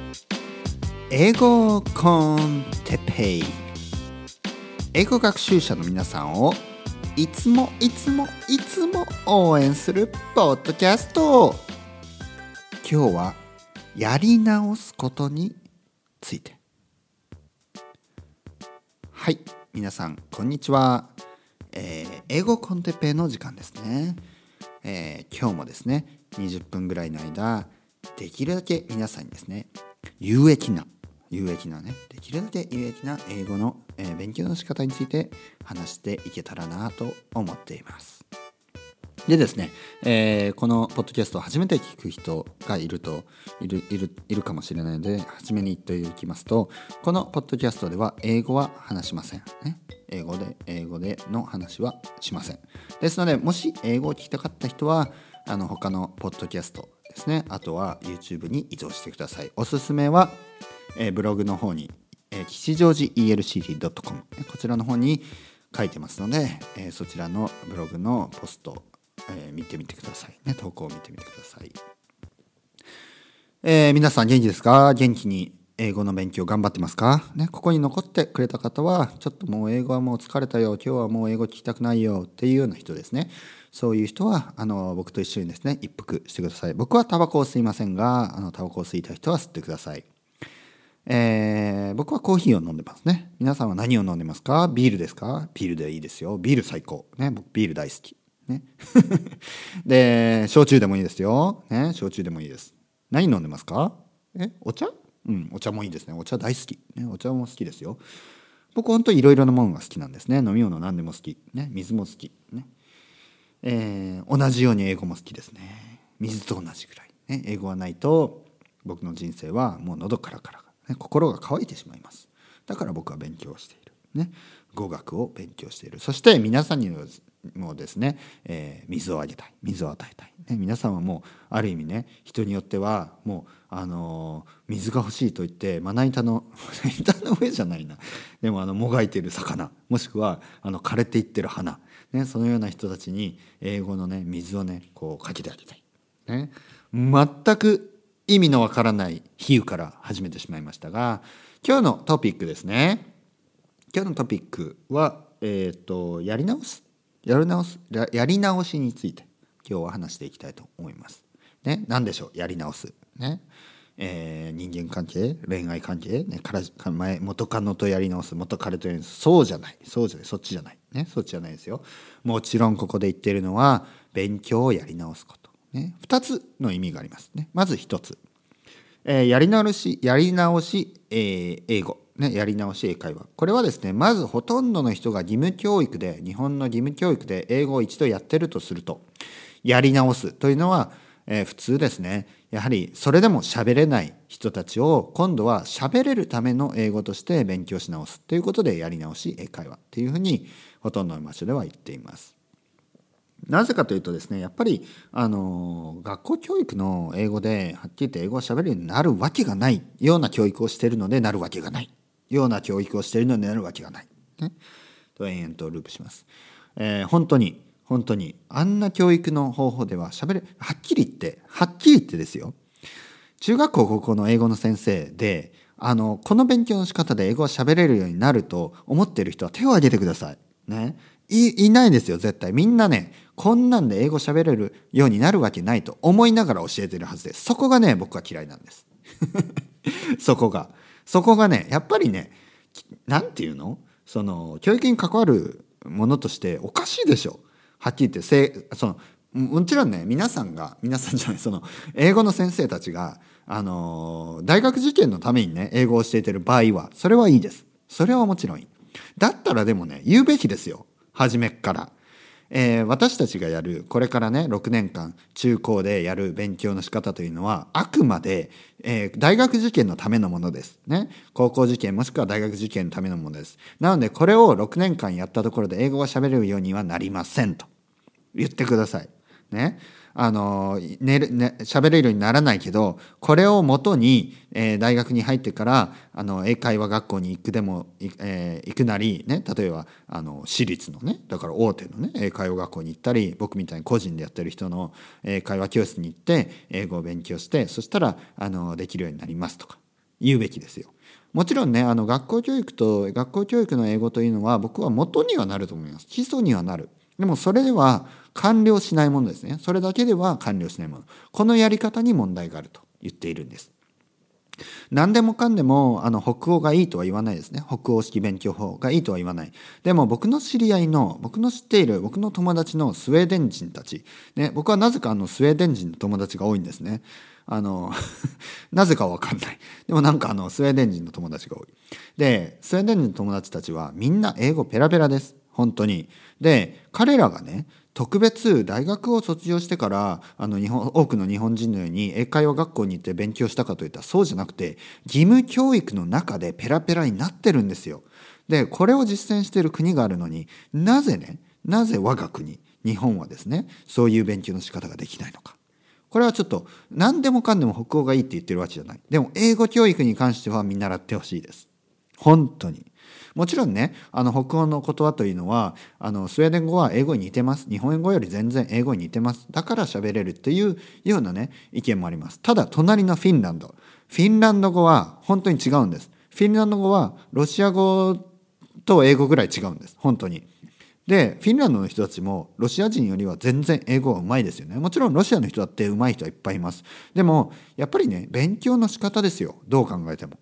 英語コンテペイ、英語学習者の皆さんをいつも応援するポッドキャスト。今日はやり直すことについて。はい、皆さんこんにちは。英語コンテペイの時間ですね。今日もですね20分ぐらいの間、できるだけ皆さんにですね有益なね、できるだけ有益な英語の、勉強の仕方について話していけたらなと思っています。でですね、このポッドキャストを初めて聞く人がいるかもしれないので、初めに言っておきますと、このポッドキャストでは英語は話しませんね。英語での話はしません。ですので、もし英語を聞きたかった人は他のポッドキャストですね、あとは YouTube に移動してください。おすすめはブログの方に、吉祥寺 ELCT.com こちらの方に書いてますので、そちらのブログのポスト、見てみてくださいね。投稿を見てみてください。皆さん元気ですか？元気に英語の勉強頑張ってますか？ね、ここに残ってくれた方は、ちょっともう英語はもう疲れたよ、今日はもう英語聞きたくないよっていうような人ですね。そういう人は僕と一緒にですね一服してください。僕はタバコを吸いませんが、タバコを吸いたい人は吸ってください。僕はコーヒーを飲んでますね。皆さんは何を飲んでますか？ビールですか？ビールでいいですよ。ビール最高。ね、僕ビール大好き。ね。で、焼酎でもいいですよ。ね、焼酎でもいいです。何飲んでますか？お茶？お茶もいいですね。お茶大好き。ね、お茶も好きですよ。僕本当にいろいろなものが好きなんですね。飲み物何でも好き。ね、水も好き。ね。同じように英語も好きですね。水と同じぐらい。ね、英語はないと僕の人生はもう喉から心が渇いてしまいます。だから僕は勉強している、ね、語学を勉強している。そして皆さんにもですね、水をあげたい、水を与えたい、ね、皆さんはもうある意味ね、人によってはもう水が欲しいと言ってまな板の上じゃないな、でももがいている魚、もしくは枯れていってる花、ね、そのような人たちに英語のね水をねこうかけてあげたい、ね、全く意味のわからない比喩から始めてしまいましたが、今日のトピックですね。今日のトピックは、やり直しについて今日は話していきたいと思います。ね、何でしょう、やり直す。ね、人間関係、恋愛関係、ね、元カノとやり直す、元彼とやり直す、そっちじゃない。ね、そっちじゃないですよ。もちろんここで言っているのは勉強をやり直すこと。ね、2つの意味がありますね。まず1つ、やり直し、英語、ね、やり直し英会話。これはですね、まずほとんどの人が日本の義務教育で英語を一度やってるとすると、やり直すというのは、普通ですね。やはりそれでも喋れない人たちを今度は喋れるための英語として勉強し直すということで、やり直し英会話っていうふうにほとんどの場所では言っています。なぜかというとですね、やっぱり学校教育の英語ではっきり言って英語を喋るようになるわけがないような教育をしているので、なるわけがないような教育をしているのでなるわけがない、ね、と延々とループします。本当にあんな教育の方法でははっきり言ってですよ、中学校高校の英語の先生でこの勉強の仕方で英語を喋れるようになると思っている人は手を挙げてくださいね。いないですよ、絶対。みんなね、こんなんで英語喋れるようになるわけないと思いながら教えてるはずです。そこがね、僕は嫌いなんですそこがね、やっぱりね、なんていうの、その教育に関わるものとしておかしいでしょ。はっきり言ってもちろんね、皆さんじゃない、その英語の先生たちが大学受験のためにね英語を教えてる場合はそれはいいです。それはもちろんいい。だったらでもね、言うべきですよ、初めっから。私たちがやるこれからね6年間中高でやる勉強の仕方というのはあくまで、大学受験のためのものですね。高校受験もしくは大学受験のためのものです。なのでこれを6年間やったところで英語が喋れるようにはなりませんと言ってくださいね。喋れるようにならないけど、これをもとに、大学に入ってから英会話学校に行くなり、ね、例えば私立のね、だから大手のね英会話学校に行ったり、僕みたいに個人でやってる人の英会話教室に行って英語を勉強して、そしたらできるようになりますとか、 言うべきですよ。もちろんね、学校教育の英語というのは僕は元にはなると思います。基礎にはなる。でもそれでは完了しないものですね。それだけでは完了しないもの。このやり方に問題があると言っているんです。何でもかんでも北欧がいいとは言わないですね。北欧式勉強法がいいとは言わない。でも僕の知り合いの、僕の知っている僕の友達のスウェーデン人たち、ね、僕はなぜかスウェーデン人の友達が多いんですね。なぜかわかんない。でもなんかスウェーデン人の友達が多い。で、スウェーデン人の友達たちはみんな英語ペラペラです。本当に。で、彼らがね、特別大学を卒業してから多くの日本人のように英会話学校に行って勉強したかといったらそうじゃなくて、義務教育の中でペラペラになってるんですよ。で、これを実践している国があるのに、なぜ我が国日本はですね、そういう勉強の仕方ができないのか。これはちょっと何でもかんでも北欧がいいって言ってるわけじゃない。でも英語教育に関しては見習ってほしいです。本当に。もちろんね、北欧の言葉というのはスウェーデン語は英語に似てます。日本語より全然英語に似てます。だから喋れるっていうようなね意見もあります。ただ隣のフィンランド語は本当に違うんです。フィンランド語はロシア語と英語ぐらい違うんです。本当に。で、フィンランドの人たちもロシア人よりは全然英語はうまいですよね。もちろんロシアの人だってうまい人はいっぱいいます。でもやっぱりね、勉強の仕方ですよ。どう考えても。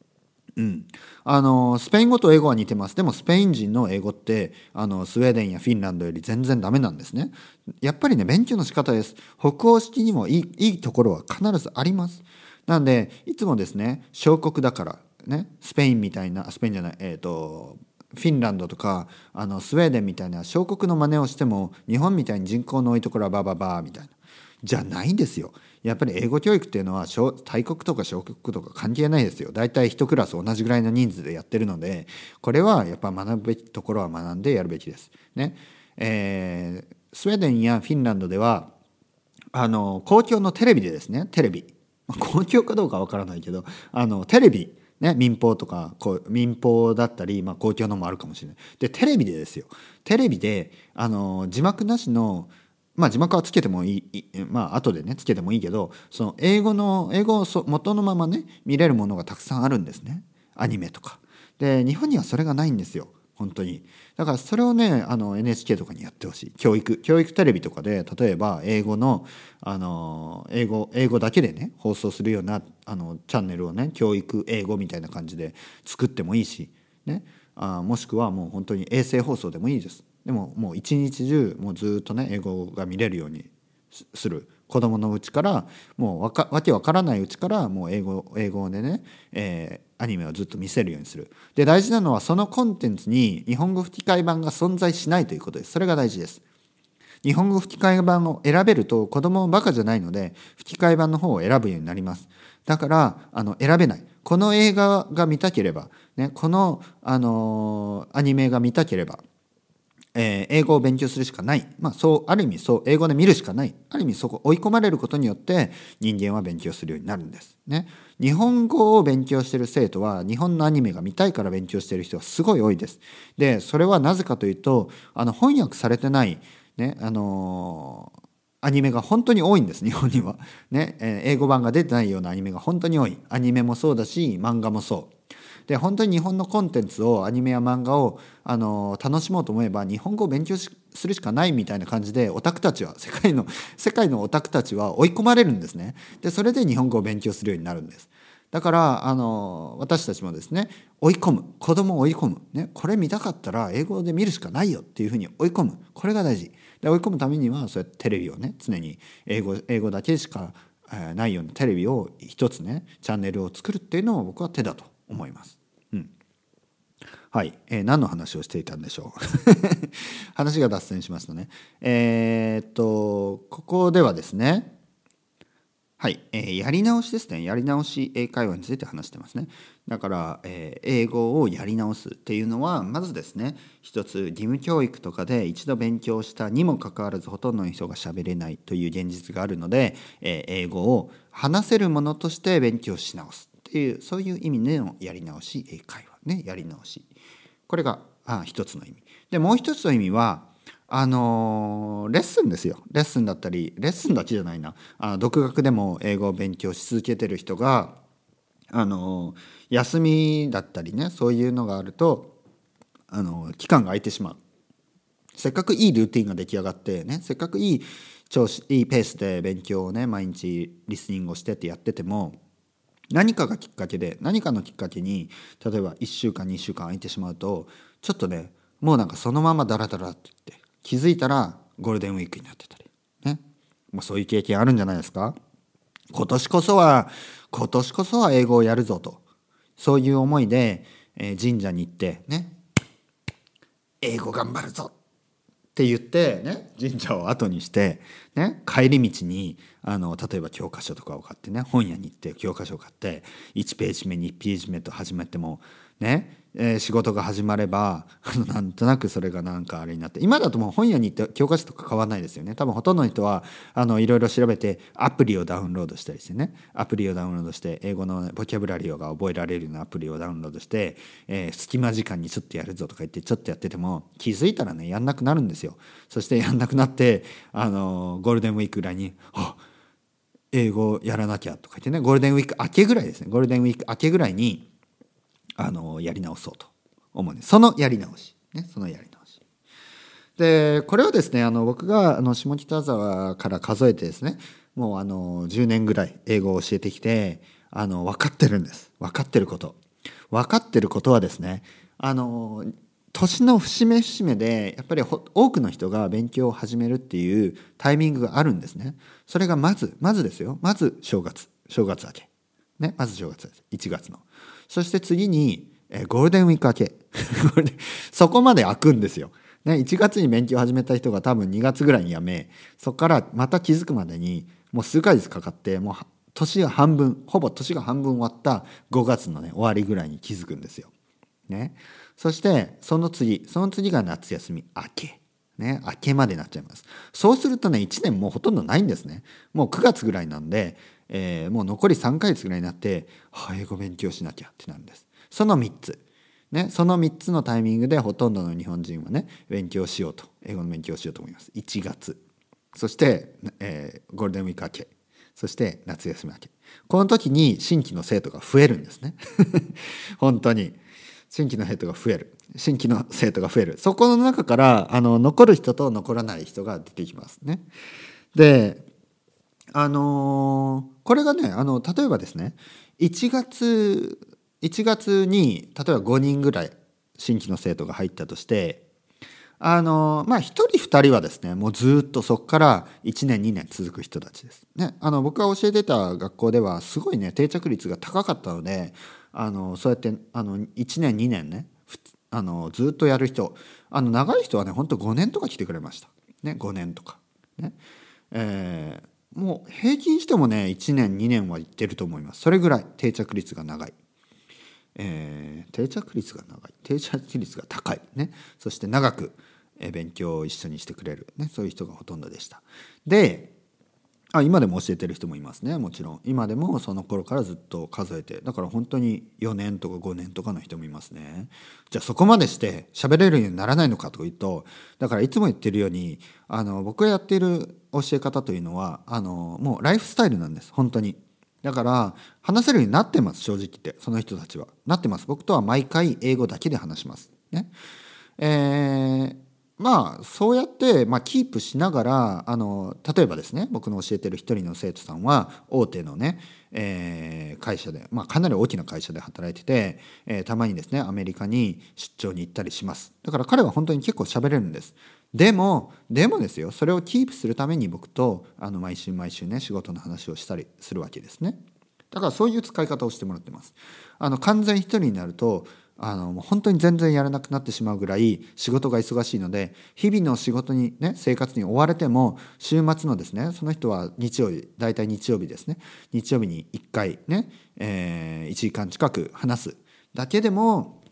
スペイン語と英語は似てます。でもスペイン人の英語ってスウェーデンやフィンランドより全然ダメなんですね。やっぱりね、勉強の仕方です。北欧式にもいいところは必ずあります。なんでいつもですね、小国だからね、スペインみたいな、スペインじゃない、フィンランドとかスウェーデンみたいな小国の真似をしても日本みたいに人口の多いところはバババーみたいなじゃないんですよ。やっぱり英語教育っていうのは大国とか小国とか関係ないですよ。だいたい1クラス同じぐらいの人数でやってるので、これはやっぱ学ぶべきところは学んでやるべきですね。スウェーデンやフィンランドでは公共のテレビでですね、公共かどうかわからないけどテレビね、民放とか民放だったり、公共のもあるかもしれない。でテレビでですよ。テレビで字幕なしの字幕はつけてもいい、後でねつけてもいいけど、その英語を元のままね見れるものがたくさんあるんですね。アニメとかで、日本にはそれがないんですよ。本当に。だからそれをねNHK とかにやってほしい。教育テレビとかで例えば英語だけでね放送するようなチャンネルをね、教育英語みたいな感じで作ってもいいしね、もしくはもう本当に衛星放送でもいいです。でももう一日中もうずっとね英語が見れるようにする。子供のうちからもうわけわからないうちからもう英語でね、アニメをずっと見せるようにする。で大事なのはそのコンテンツに日本語吹き替え版が存在しないということです。それが大事です。日本語吹き替え版を選べると子供もバカじゃないので吹き替え版の方を選ぶようになります。だから選べない。この映画が見たければ、ね、この、アニメが見たければ英語を勉強するしかない。ある意味そう英語で見るしかない。ある意味そこ追い込まれることによって人間は勉強するようになるんですね。日本語を勉強している生徒は日本のアニメが見たいから勉強している人はすごい多いです。でそれはなぜかというと翻訳されてないねアニメが本当に多いんです。日本にはね、英語版が出てないようなアニメが本当に多い。アニメもそうだし漫画もそう。で本当に日本のコンテンツをアニメや漫画を楽しもうと思えば日本語を勉強するしかないみたいな感じでオタクたちは世界のオタクたちは追い込まれるんですね。でそれで日本語を勉強するようになるんです。だから私たちもですね子供を追い込む、ね、これ見たかったら英語で見るしかないよっていうふうに追い込む。これが大事で、追い込むためにはそうやってテレビをね常に英語だけしかないようなテレビを一つねチャンネルを作るっていうのを僕は手だと思います。はい、何の話をしていたんでしょう話が脱線しましたね。ここではですね、はい、やり直しですね。やり直し英会話について話してますね。だから、英語をやり直すっていうのはまずですね、一つ義務教育とかで一度勉強したにもかかわらずほとんどの人が喋れないという現実があるので、英語を話せるものとして勉強し直すっていうそういう意味でのやり直し英会話ね、やり直し。これが一つの意味で、もう一つの意味はレッスンですよ。レッスンだったり、レッスンだけじゃないな、独学でも英語を勉強し続けてる人が休みだったりね、そういうのがあると期間が空いてしまう。せっかくいいルーティンが出来上がってね、せっかくいい調子いいペースで勉強をね毎日リスニングをしてってやってても、何かのきっかけに例えば1週間2週間空いてしまうと、ちょっとねもうなんかそのままダラダラって言って気づいたらゴールデンウィークになってたりね、もうそういう経験あるんじゃないですか。今年こそは英語をやるぞと、そういう思いで、神社に行ってね、英語頑張るぞって言ってね、神社を後にしてね、帰り道に例えば教科書とかを買ってね、本屋に行って教科書を買って1ページ目2ページ目と始めてもね、仕事が始まればなんとなくそれがなんかあれになって、今だともう本屋に行って教科書とか買わないですよね。多分ほとんどの人はいろいろ調べてアプリをダウンロードしたりしてね、アプリをダウンロードして英語のボキャブラリーが覚えられるようなアプリをダウンロードして、隙間時間にちょっとやるぞとか言ってちょっとやってても気づいたらねやんなくなるんですよ。そしてやんなくなってゴールデンウィークぐらいに英語やらなきゃとか言ってね、ゴールデンウィーク明けぐらいですね、ゴールデンウィーク明けぐらいにやり直そうと思うんです。そのやり直しで、これをですね僕が下北沢から数えてですね、もう10年ぐらい英語を教えてきて分かってるんです。分かってることはですね、年の節目節目でやっぱり多くの人が勉強を始めるっていうタイミングがあるんですね。それがまずですよ、まず正月明けね、まず正月です1月の。そして次にゴールデンウィーク明けそこまで開くんですよ、ね、1月に勉強を始めた人が多分2月ぐらいにやめ、そこからまた気づくまでにもう数ヶ月かかって、もうほぼ年が半分終わった5月のね終わりぐらいに気づくんですよ、ね、そしてその次が夏休み明けね、明けまでなっちゃいます。そうするとね1年もうほとんどないんですね。もう9月ぐらいなんで、もう残り3ヶ月ぐらいになって、英語勉強しなきゃってなるんです。その3つね、その3つのタイミングでほとんどの日本人はね英語の勉強をしようと思います。1月、そして、ゴールデンウィーク明け、そして夏休み明け、この時に新規の生徒が増えるんですね本当に新規の生徒が増える。そこの中から残る人と残らない人が出てきますね。でこれがね例えばですね1月に例えば5人ぐらい新規の生徒が入ったとして、1人2人はですねもうずっとそこから1年2年続く人たちですね。僕が教えてた学校ではすごいね定着率が高かったので、そうやって1年2年ねずっとやる人、長い人はね本当5年とか来てくれましたね。5年とかね、もう平均してもね1年2年は行ってると思います。それぐらい定着率が長い、定着率が高いね。そして長く勉強を一緒にしてくれるね、そういう人がほとんどでした。で今でも教えてる人もいますね。もちろん今でもその頃からずっと数えて、だから本当に4年とか5年とかの人もいますね。じゃあそこまでして喋れるようにならないのかというと、だからいつも言ってるように僕がやっている教え方というのはもうライフスタイルなんです本当に。だから話せるようになってます。正直言ってその人たちはなってます。僕とは毎回英語だけで話しますね。そうやって、キープしながら例えばですね、僕の教えてる一人の生徒さんは大手のね、会社で、かなり大きな会社で働いてて、たまにですねアメリカに出張に行ったりします。だから彼は本当に結構喋れるんです。でもですよ、それをキープするために僕と毎週ね仕事の話をしたりするわけですね。だからそういう使い方をしてもらってます。完全一人になるともう本当に全然やらなくなってしまうぐらい仕事が忙しいので、日々の仕事にね生活に追われても週末のですね、その人は大体日曜日ですね、日曜日に1回ね、1時間近く話すだけでも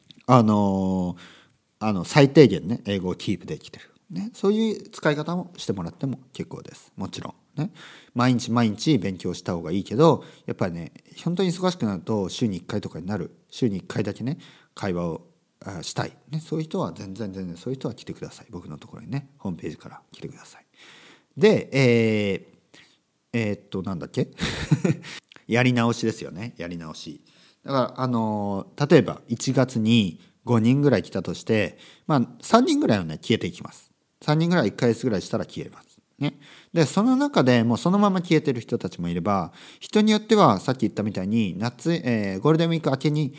最低限ね英語をキープできてる、ね、そういう使い方をしてもらっても結構です。もちろんね毎日勉強した方がいいけど、やっぱりね本当に忙しくなると週に1回とかになる、週に1回だけね会話をしたい、ね、そういう人は全然そういう人は来てください。僕のところにねホームページから来てください。でなんだっけやり直しですよね。やり直しだから例えば1月に5人ぐらい来たとして、3人ぐらいはね消えていきます。3人ぐらい1ヶ月ぐらいしたら消えますね。でその中でもうそのまま消えてる人たちもいれば、人によってはさっき言ったみたいにゴールデンウィーク明けに、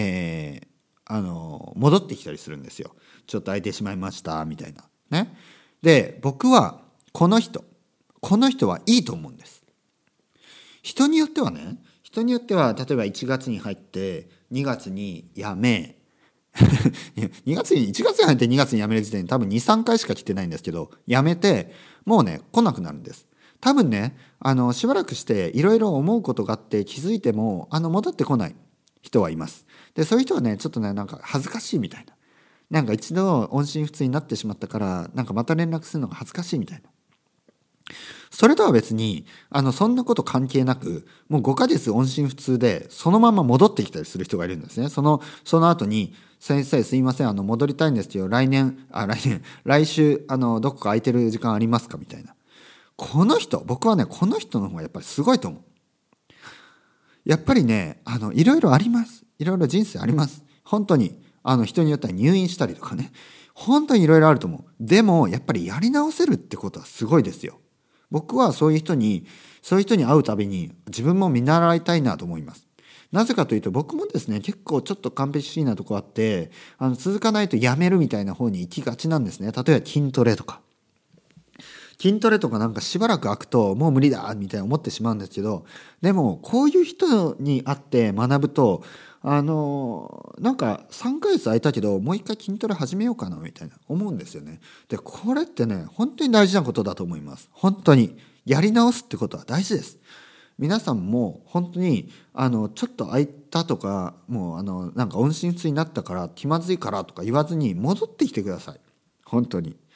戻ってきたりするんですよ。ちょっと空いてしまいましたみたいなね。で僕はこの人はいいと思うんです。人によっては例えば1月に入って2月に辞め1月に入って2月に辞める時点で多分 2,3 回しか来てないんですけど、辞めてもうね来なくなるんです。多分ねしばらくしていろいろ思うことがあって気づいても戻ってこない人はいます。でそういう人はねちょっとねなんか恥ずかしいみたいな、なんか一度音信不通になってしまったからなんかまた連絡するのが恥ずかしいみたいな、それとは別にそんなこと関係なくもう5ヶ月音信不通でそのまま戻ってきたりする人がいるんですね。その後に先生すいません戻りたいんですけど来週どこか空いてる時間ありますかみたいな。僕はねこの人の方がやっぱりすごいと思う。やっぱりねいろいろあります。いろいろ人生あります。本当に人によっては入院したりとかね、本当にいろいろあると思う。でもやっぱりやり直せるってことはすごいですよ。僕はそういう人に会うたびに自分も見習いたいなと思います。なぜかというと僕もですね結構ちょっと完璧主義なとこあって続かないとやめるみたいな方に行きがちなんですね。例えば筋トレとかなんかしばらく空くともう無理だみたいな思ってしまうんですけど、でもこういう人に会って学ぶとなんか3ヶ月空いたけどもう一回筋トレ始めようかなみたいな思うんですよね。でこれってね本当に大事なことだと思います。本当にやり直すってことは大事です。皆さんも本当にちょっと空いたとかもうなんか音信不通になったから気まずいからとか言わずに戻ってきてください。本当に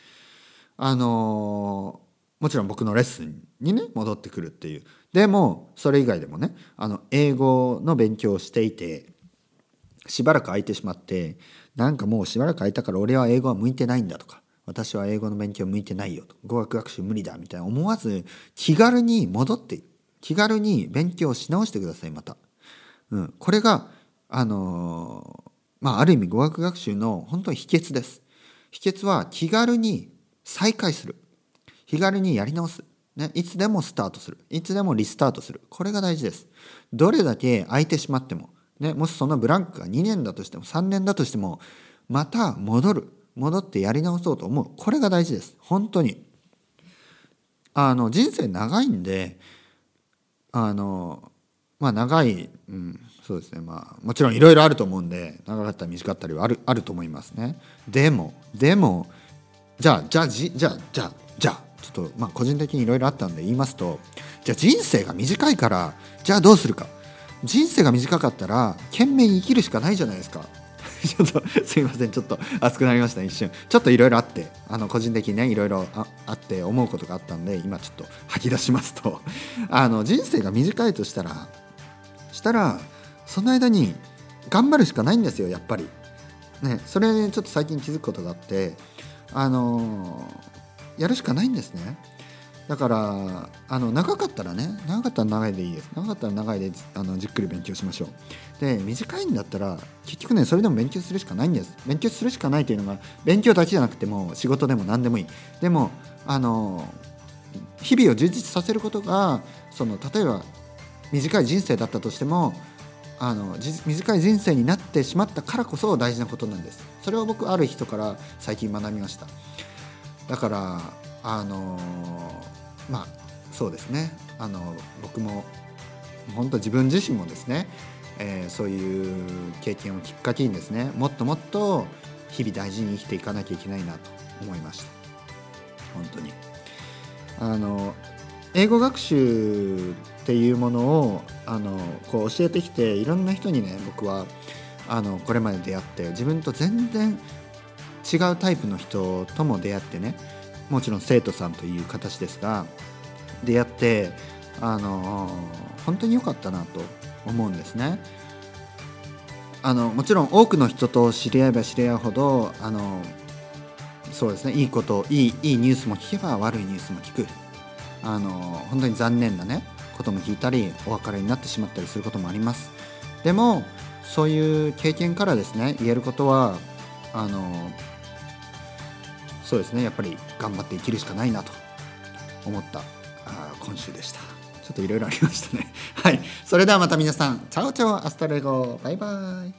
もちろん僕のレッスンにね戻ってくるっていう。でもそれ以外でもね英語の勉強をしていてしばらく空いてしまって、なんかもうしばらく空いたから俺は英語は向いてないんだとか、私は英語の勉強向いてないよと、語学学習無理だみたいな思わず気軽に戻って気軽に勉強し直してください。また、これがある意味語学学習の本当に秘訣です。秘訣は気軽に再開する、気軽にやり直す、ね、いつでもスタートする、いつでもリスタートする、これが大事です。どれだけ空いてしまっても、ね、もしそのブランクが2年だとしても3年だとしてもまた戻ってやり直そうと思う、これが大事です。本当に人生長いんで長い、そうですね、もちろんいろいろあると思うんで長かったり短かったりはあると思いますね。でもじゃあちょっと個人的にいろいろあったんで言いますと、じゃあ人生が短いからじゃあどうするか。人生が短かったら懸命に生きるしかないじゃないですかちょっとすいません、ちょっと熱くなりましたね。一瞬ちょっといろいろあって個人的にねいろいろあって思うことがあったんで今ちょっと吐き出しますと人生が短いとしたらその間に頑張るしかないんですよ、やっぱりね。それちょっと最近気づくことがあってやるしかないんですね。だから長かったら長いでいいです。長かったら長いでじっくり勉強しましょう。で短いんだったら結局ねそれでも勉強するしかないんです。勉強するしかないというのが勉強だけじゃなくても仕事でも何でもいい。でも日々を充実させることが例えば短い人生だったとしても短い人生になってしまったからこそ大事なことなんです。それを僕ある人から最近学びました。だからそうですね、僕も本当自分自身もですね、そういう経験をきっかけにですねもっともっと日々大事に生きていかなきゃいけないなと思いました。本当に英語学習っていうものをこう教えてきていろんな人にね僕はこれまで出会って自分と全然違うタイプの人とも出会ってね、もちろん生徒さんという形ですが出会って本当に良かったなと思うんですね。もちろん多くの人と知り合えば知り合うほどそうですね、いいニュースも聞けば悪いニュースも聞く本当に残念なねことも聞いたり、お別れになってしまったりすることもあります。でもそういう経験からですね、言えることはそうですね、やっぱり頑張って生きるしかないなと思った今週でした。ちょっといろいろありましたねはい、それではまた皆さん、チャオチャオ、アスタレゴ、バイバイ。